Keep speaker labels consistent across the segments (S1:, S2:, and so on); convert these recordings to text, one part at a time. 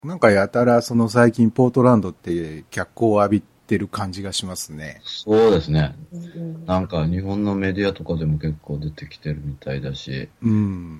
S1: なんかやたらその最近ポートランドって脚光を浴びてる感じがしますね。
S2: そうですね。なんか日本のメディアとかでも結構出てきてるみたいだし。
S1: うん。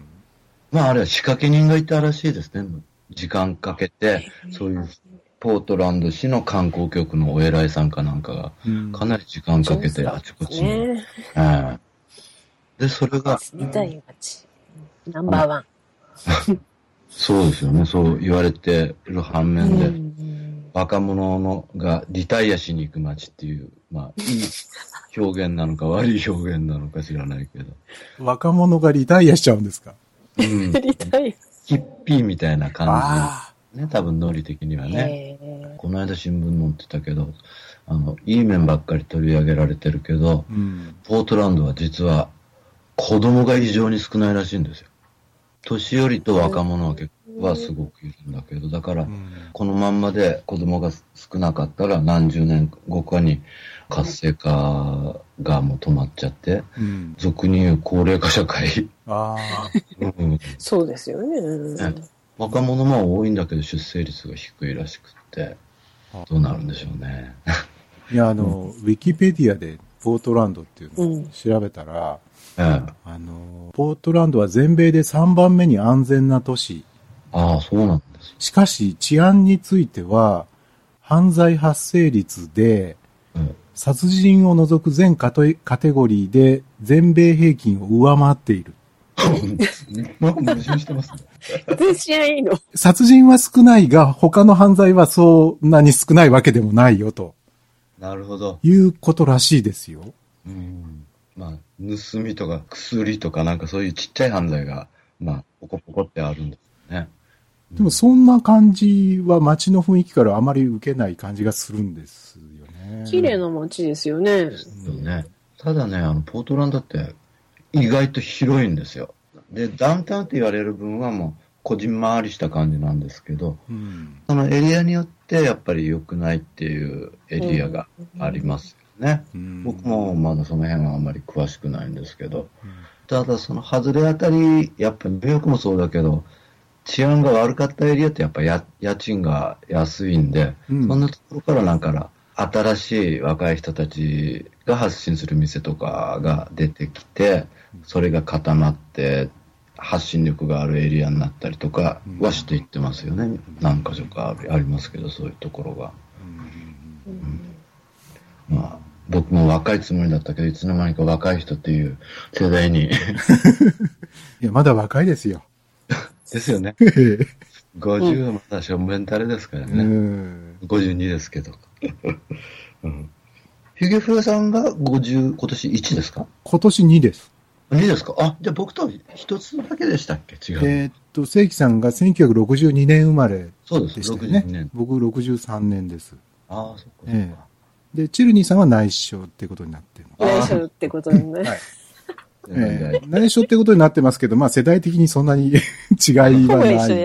S2: まああれは仕掛け人がいたらしいですね。時間かけて、そういうポートランド市の観光局のお偉いさんかなんかが、かなり時間かけてあちこちに。で、それが。
S3: 住みたい街。ナンバーワン。
S2: そうですよね。そう言われてる反面で、若者がリタイアしに行く街っていう、まあ、いい表現なのか悪い表現なのか知らないけど。
S1: 若者がリタイアしちゃうんですか？
S3: リタイア。
S2: ヒッピーみたいな感じ。ね、多分ノリ的にはね。この間新聞載ってたけど、いい面ばっかり取り上げられてるけど、ポートランドは実は子供が異常に少ないらしいんですよ。年寄りと若者はすごくいるんだけど、だから、このまんまで子供が少なかったら何十年後かに活性化がもう止まっちゃって、俗に言う高齢化社会。
S3: そうですよね。
S2: 若者も多いんだけど出生率が低いらしくって、どうなるんでしょうね。
S1: いや、ウィキペディアでポートランドっていうのを調べたら、ポートランドは全米で3番目に安全な都市。
S2: ああ、そうなんです。
S1: しかし治安については犯罪発生率で、殺人を除く全カテゴリーで全米平均を上回っている。
S2: なんか矛盾してますね。
S3: 全治安いいの。
S1: 殺人は少ないが他の犯罪はそんなに少ないわけでもないよと。
S2: なるほど。
S1: いうことらしいですよ。
S2: まあ、盗みとか薬とかなんかそういうちっちゃい犯罪が、まあ、ポコポコってあるんですね。
S1: でもそんな感じは街の雰囲気からあまり受けない感じがするんですよね。
S3: 綺麗な街ですよね。
S2: ただね、ポートランドって意外と広いんですよ。で、ダウンタウンって言われる分はもう、こじんまりした感じなんですけど、そのエリアによってやっぱり良くないっていうエリアがありますよね。僕もまだその辺はあんまり詳しくないんですけど、ただその外れあたり、やっぱニューヨークもそうだけど、治安が悪かったエリアってやっぱ家賃が安いんで、そんなところからなんか新しい若い人たちが発信する店とかが出てきて、それが固まって発信力があるエリアになったりとかはしていってますよね。何か所かありますけど、そういうところが。まあ、僕も若いつもりだったけど、いつの間にか若い人っていう世代に。
S1: いや、まだ若いですよ。
S2: ですよね。50はまだ正面タレですからね。52ですけど。ヒゲフラさんが今年1ですか？
S1: 今年2です。
S2: 2ですか？あ、じゃあ僕と一つだけでしたっけ？違う。
S1: 正規さんが1962年生まれでした
S2: そうです、62年。
S1: 僕63年です。
S2: ああ、そっか。
S1: で、チルニーさんは内緒ってことになってる。
S3: 内緒ってことにね。
S1: 内緒ってことになってますけど、まあ世代的にそんなに違いはない。
S3: ほぼ一緒です。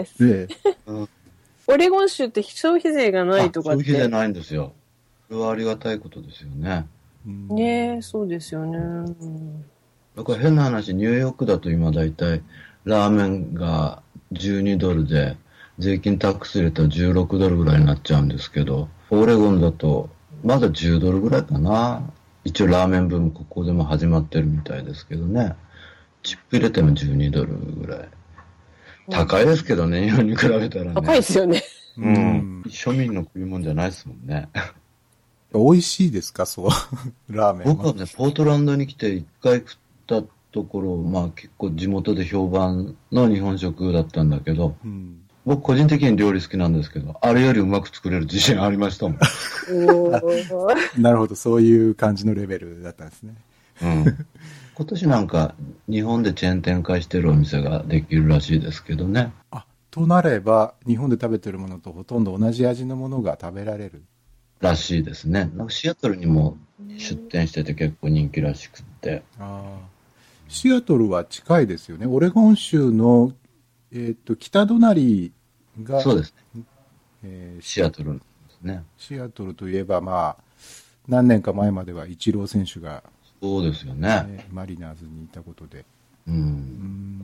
S3: オレゴン州って消費税がないとかって。
S2: 消費税ないんですよ。それはありがたいことですよね。
S3: ねえ、そうですよね。
S2: だから変な話、ニューヨークだと今だいたいラーメンが12ドルで、税金タックス入れたら16ドルぐらいになっちゃうんですけど、オレゴンだとまだ10ドルぐらいかな。一応ラーメンブームここでも始まってるみたいですけどね。チップ入れても12ドルぐらい。高いですけどね、日本に比べたらね。
S3: 高いですよね。
S2: 庶民の食い物じゃないですもんね。
S1: 美味しいですか、そう、ラーメンは。
S2: 僕はね、ポートランドに来て一回食ったところ、まあ結構地元で評判の日本食だったんだけど、僕個人的に料理好きなんですけど、あれよりうまく作れる自信ありましたもん。
S1: なるほど、そういう感じのレベルだったんですね。
S2: 今年なんか日本でチェーン展開してるお店ができるらしいですけどね。
S1: となれば、日本で食べてるものとほとんど同じ味のものが食べられる
S2: らしいですね。なんかシアトルにも出店してて結構人気らしくって。
S1: シアトルは近いですよね。オレゴン州の、北隣が、
S2: そうですね。シアトルですね。
S1: シアトルといえば、まあ、何年か前まではイチロー選手が、
S2: そうですよね。
S1: マリナーズにいたことで。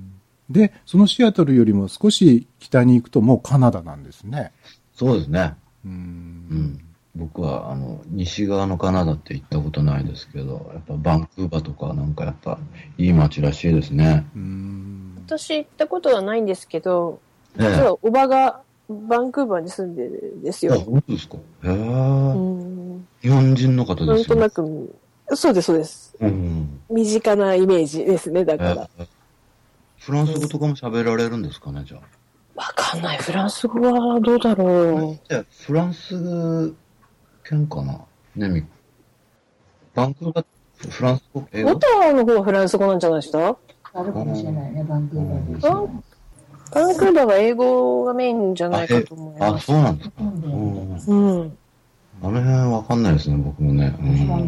S1: で、そのシアトルよりも少し北に行くともうカナダなんですね。
S2: そうですね。僕は、西側のカナダって行ったことないですけど、やっぱバンクーバーとかなんかやっぱいい街らしいですね。
S3: 私行ったことはないんですけど、実はおばがバンクーバーに住んでるんですよ。
S2: あ、本当ですか。へえ。日本人の方ですよね。
S3: なんとなく、そうです、そうです。身近なイメージですね、だから。
S2: フランス語とかも喋られるんですかね、じゃあ。
S3: わかんない。フランス語はどうだろう。
S2: フランス圏かなね、バンクーバー、フランス語英語
S3: オタワの方はフランス語なんじゃないですか？
S4: あるかもしれないね、バンクーバーで。
S3: バンクーバーは英語がメインじゃないかと思います。
S2: あ、そうなんですか。あの辺わかんないですね、僕もね。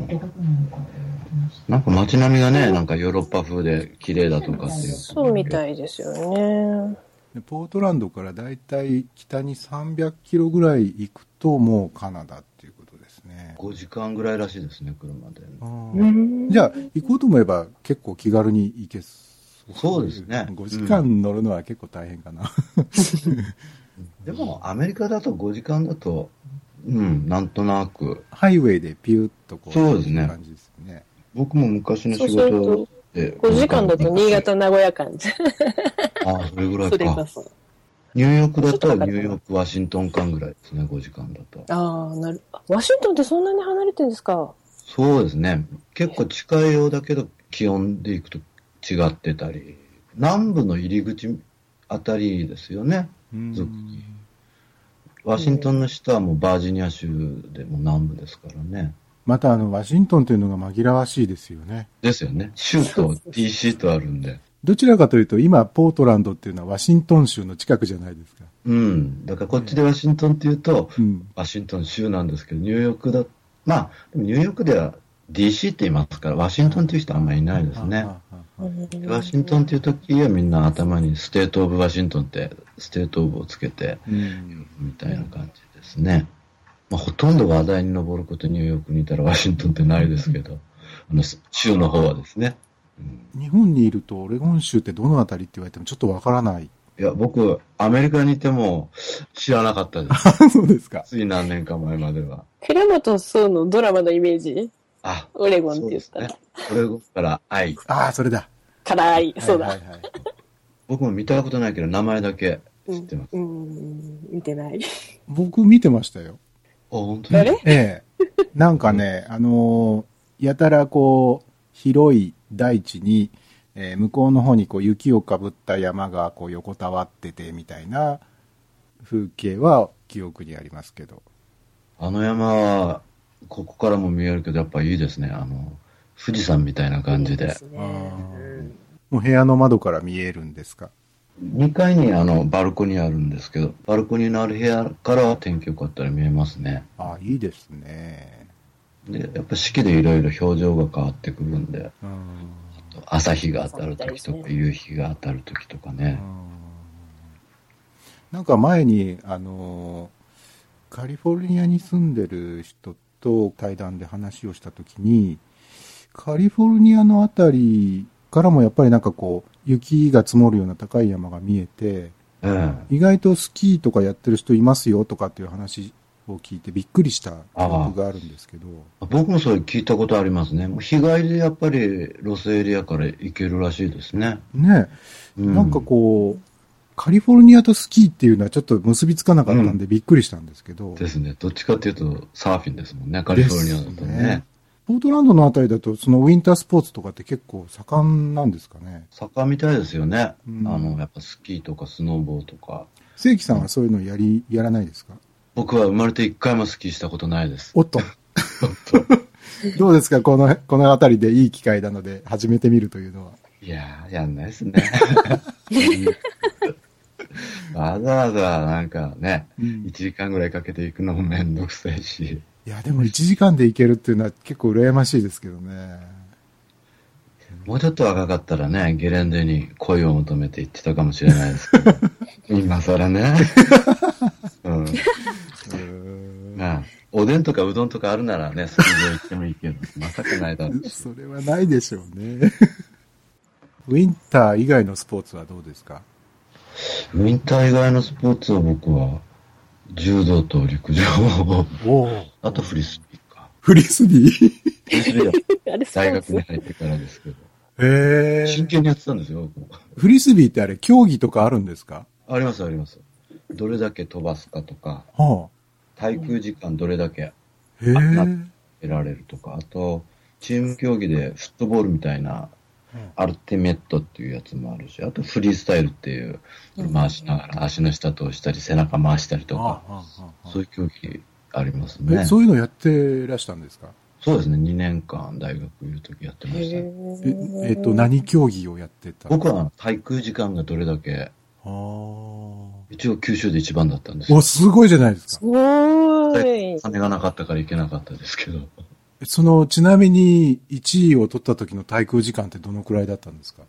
S2: なんか街並みがね、なんかヨーロッパ風で綺麗だとかっていう。
S3: そうみたいですよね。
S1: ポートランドからだいたい北に300キロぐらい行くともうカナダっていうことですね。
S2: 5時間ぐらいらしいですね、車で。
S1: じゃあ、行こうと思えば結構気軽に行け
S2: そうですね。
S1: 5時間乗るのは結構大変かな。
S2: でも、アメリカだと5時間だと、なんとなく。
S1: ハイウェイでピューッとこう。
S2: そうですね。
S1: 感じですね。
S2: 僕も昔の仕事で。
S3: 5時間だと新潟、名古屋間じゃ。
S2: ああ、それぐらいか。
S3: それこそ。
S2: ニューヨークだとニューヨーク、ワシントン間ぐらいですね、5時間だと。
S3: ああ、ワシントンってそんなに離れてるんですか？
S2: そうですね。結構近いようだけど、気温で行くと違ってたり。南部の入り口あたりですよね。ワシントンの下はもうバージニア州でも南部ですからね。
S1: またワシントンというのが紛らわしいですよね。
S2: ですよね。州と DC とあるんで。
S1: どちらかというと、今、ポートランドっていうのはワシントン州の近くじゃないですか。
S2: だからこっちでワシントンっていうと、ワシントン州なんですけど、ニューヨークでもニューヨークでは DC って言いますから、ワシントンっていう人はあんまりいないですね。ワシントンっていう時はみんな頭にステートオブワシントンってステートオブをつけて、みたいな感じですね。ほとんど話題に上ることニューヨークにいたらワシントンってないですけど、州の方はですね。
S1: 日本にいるとオレゴン州ってどのあたりって言われてもちょっとわからない。
S2: いや、僕、アメリカにいても知らなかったです。
S1: そうですか。
S2: つい何年か前までは。
S3: 倉本壮のドラマのイメージ？オレゴンって言ったら。
S2: オレゴンから愛。
S1: ああ、それだ。
S3: から愛、そうだ。
S2: 僕も見たことないけど、名前だけ知ってます。
S3: 見てない。
S1: 僕見てましたよ。
S2: あ、本当に？
S1: なんかね、やたらこう、広い大地に、向こうの方にこう雪をかぶった山がこう横たわっててみたいな風景は記憶にありますけど。
S2: あの山は、ここからも見えるけど、やっぱいいですね。富士山みたいな感じで。
S1: もう部屋の窓から見えるんですか
S2: ？2階にバルコニーあるんですけど、バルコニーのある部屋からは天気良かったら見えますね。
S1: ああ、いいですね。
S2: で、やっぱ四季でいろいろ表情が変わってくるんで、朝日が当たる時とか、夕日が当たる時とかね。
S1: なんか前に、カリフォルニアに住んでる人と対談で話をした時に、カリフォルニアのあたりからもやっぱりなんかこう、雪が積もるような高い山が見えて、意外とスキーとかやってる人いますよとかっていう話を聞いてびっくりした記憶があるんですけど。
S2: 僕もそれ聞いたことありますね。日帰りでやっぱりロスエリアから行けるらしいですね。
S1: ねえ、なんかこう、カリフォルニアとスキーっていうのはちょっと結びつかなかったんでびっくりしたんですけど。
S2: ですね。どっちかっていうとサーフィンですもんね、カリフォルニアだとね。
S1: ポートランドのあたりだと、そのウィンタースポーツとかって結構盛んなんですかね。
S2: 盛んみたいですよね。やっぱスキーとかスノーボーとか。
S1: 正規さんはそういうのやらないですか？
S2: 僕は生まれて一回もスキーしたことないです。
S1: おっと。どうですかこのあたりでいい機会なので始めてみるというのは。
S2: いやー、やんないですね。わざわざなんかね、1時間ぐらいかけて行くのもめんどくさいし。
S1: いや、でも1時間で行けるっていうのは結構羨ましいですけどね。
S2: もうちょっと若かったらね、ゲレンデに恋を求めて行ってたかもしれないですけど。今更ね。まあ、おでんとかうどんとかあるならね、スキー場行ってもいいけど、まさかないだろうし。
S1: それはないでしょうね。 ウィンター以外のスポーツはどうですか？
S2: ウィンター以外のスポーツは僕は、柔道と陸上を、あとフリスビーか。
S1: フリスビー
S2: フリスビーは
S3: あれ
S2: 大学に入ってからですけど。
S1: へー。
S2: 真剣にやってたんですよ、僕。
S1: フリスビーってあれ、競技とかあるんですか？
S2: ありますあります。どれだけ飛ばすかとか、
S1: は
S2: 滞空時間どれだけ
S1: あ。へー。
S2: 得られるとか、あと、チーム競技でフットボールみたいな、アルティメットっていうやつもあるし、あとフリースタイルっていう、回しながら足の下通したり、背中回したりとか、そういう競技ありますね。
S1: そういうのやってらしたんですか？
S2: そうですね、2年間大学いるときやってました。
S1: 何競技をやってた？
S2: 僕は滞空時間がどれだけ、一応九州で一番だったんですよ。
S1: お、すごいじゃないですか。
S3: すごい。
S2: 金がなかったから行けなかったですけど。
S1: ちなみに1位を取った時の滞空時間ってどのくらいだったんですか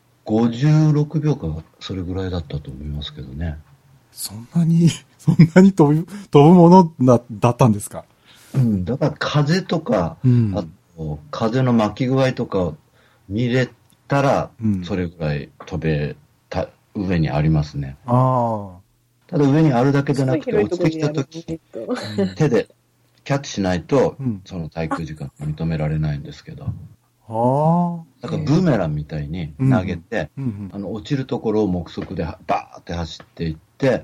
S2: ？56秒か、それぐらいだったと思いますけどね。
S1: そんなに飛ぶものだったんですか？
S2: うん、だから風とか、あと風の巻き具合とかを見れたら、それぐらい飛べた、上にありますね。ただ上にあるだけじゃなくて、落ちてきたとき、手でキャッチしないと、その滞空時間認められないんですけど。だからブーメランみたいに投げて、落ちるところを目測でバーって走っていって、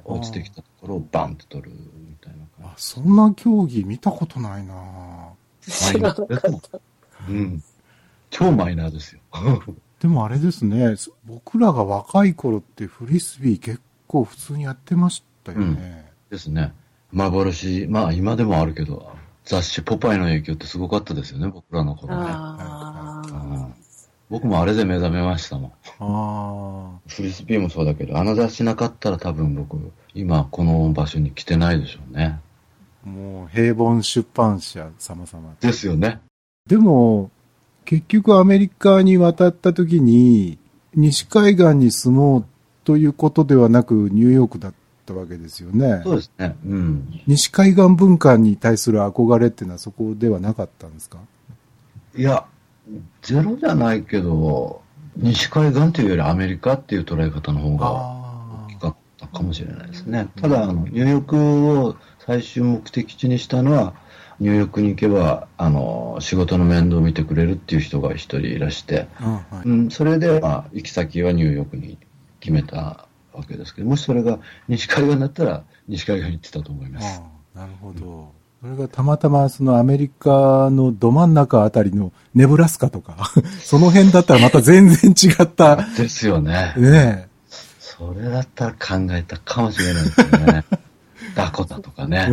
S2: 落ちてきたところをバンって取るみたいな感じ。
S1: そんな競技見たことないな
S3: 知らなかった。
S2: うん。超マイナーですよ。
S1: でもあれですね、僕らが若い頃ってフリスビー結構普通にやってましたよね。
S2: ですね。幻、まあ今でもあるけど、雑誌ポパイの影響ってすごかったですよね、僕らの頃ね。僕もあれで目覚めましたもん。フリスビーもそうだけど、あの雑誌なかったら多分僕、今この場所に来てないでしょうね。
S1: もう平凡出版社様々。
S2: ですよね。
S1: でも、結局アメリカに渡った時に、西海岸に住もうということではなくニューヨークだったわけですよね。
S2: そうですね。うん。
S1: 西海岸文化に対する憧れっていうのはそこではなかったんですか？
S2: いや、ゼロじゃないけど、西海岸というよりアメリカっていう捉え方の方が大きかったかもしれないですね。ただ、ニューヨークを最終目的地にしたのは、ニューヨークに行けば、仕事の面倒を見てくれるっていう人が一人いらして、それで、行き先はニューヨークに決めたわけですけど、もしそれが西海岸だったら、西海岸に行ってたと思います。
S1: なるほど。それがたまたまそのアメリカのど真ん中あたりのネブラスカとか、その辺だったらまた全然違った。
S2: ですよね。
S1: ねえ。
S2: それだったら考えたかもしれないですよね。ダコタとかね。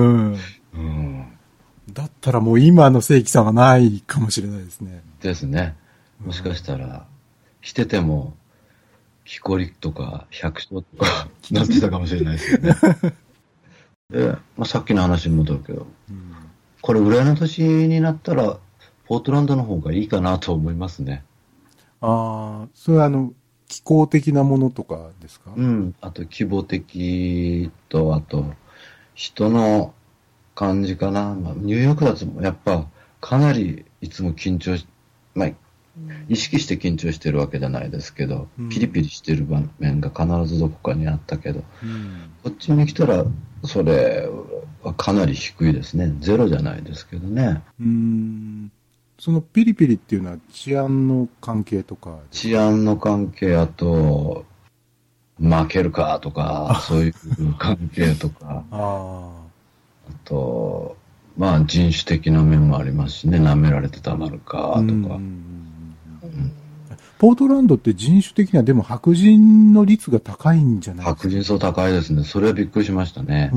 S1: だったらもう今の正規さんはないかもしれないですね。
S2: ですね。もしかしたら、してても、木こりとか百姓とかなってたかもしれないですよね。で、さっきの話に戻るけど、これぐらいの年になったら、ポートランドの方がいいかなと思いますね。
S1: それは気候的なものとかですか？
S2: あと規模的と、あと、人の感じかな。ニューヨークだとやっぱかなりいつも緊張し、意識して緊張してるわけじゃないですけど、ピリピリしてる場面が必ずどこかにあったけど、こっちに来たらそれはかなり低いですね。ゼロじゃないですけどね。
S1: そのピリピリっていうのは治安の関係とか？
S2: 治安の関係、あと、負けるかとか、そういう関係とか。あと、人種的な面もありますしね、舐められてたまるかとか。
S1: ポートランドって人種的にはでも白人の率が高いんじゃないですか？
S2: 白人層高いですね。それはびっくりしましたね。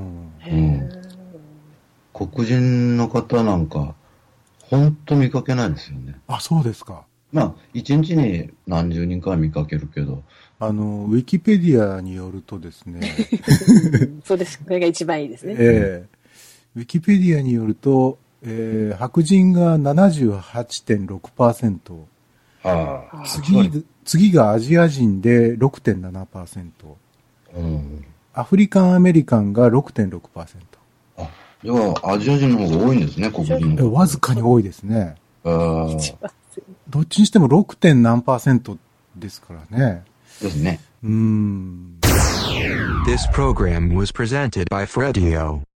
S2: 黒人の方なんか、ほんと見かけないですよね。
S1: そうですか。
S2: 一日に何十人かは見かけるけど。
S1: ウィキペディアによるとですね。
S3: そうです。これが一番いいですね。
S1: ウィキペディアによると、白人が 78.6%。次がアジア人で 6.7%。アフリカンアメリカンが 6.6%。
S2: じゃあ、アジア人の方が多いんですね、黒人の。
S1: わずかに多いですね。どっちにしても 6. 何%っですからね。
S2: ですね。
S1: This
S5: program was presented by Fredio.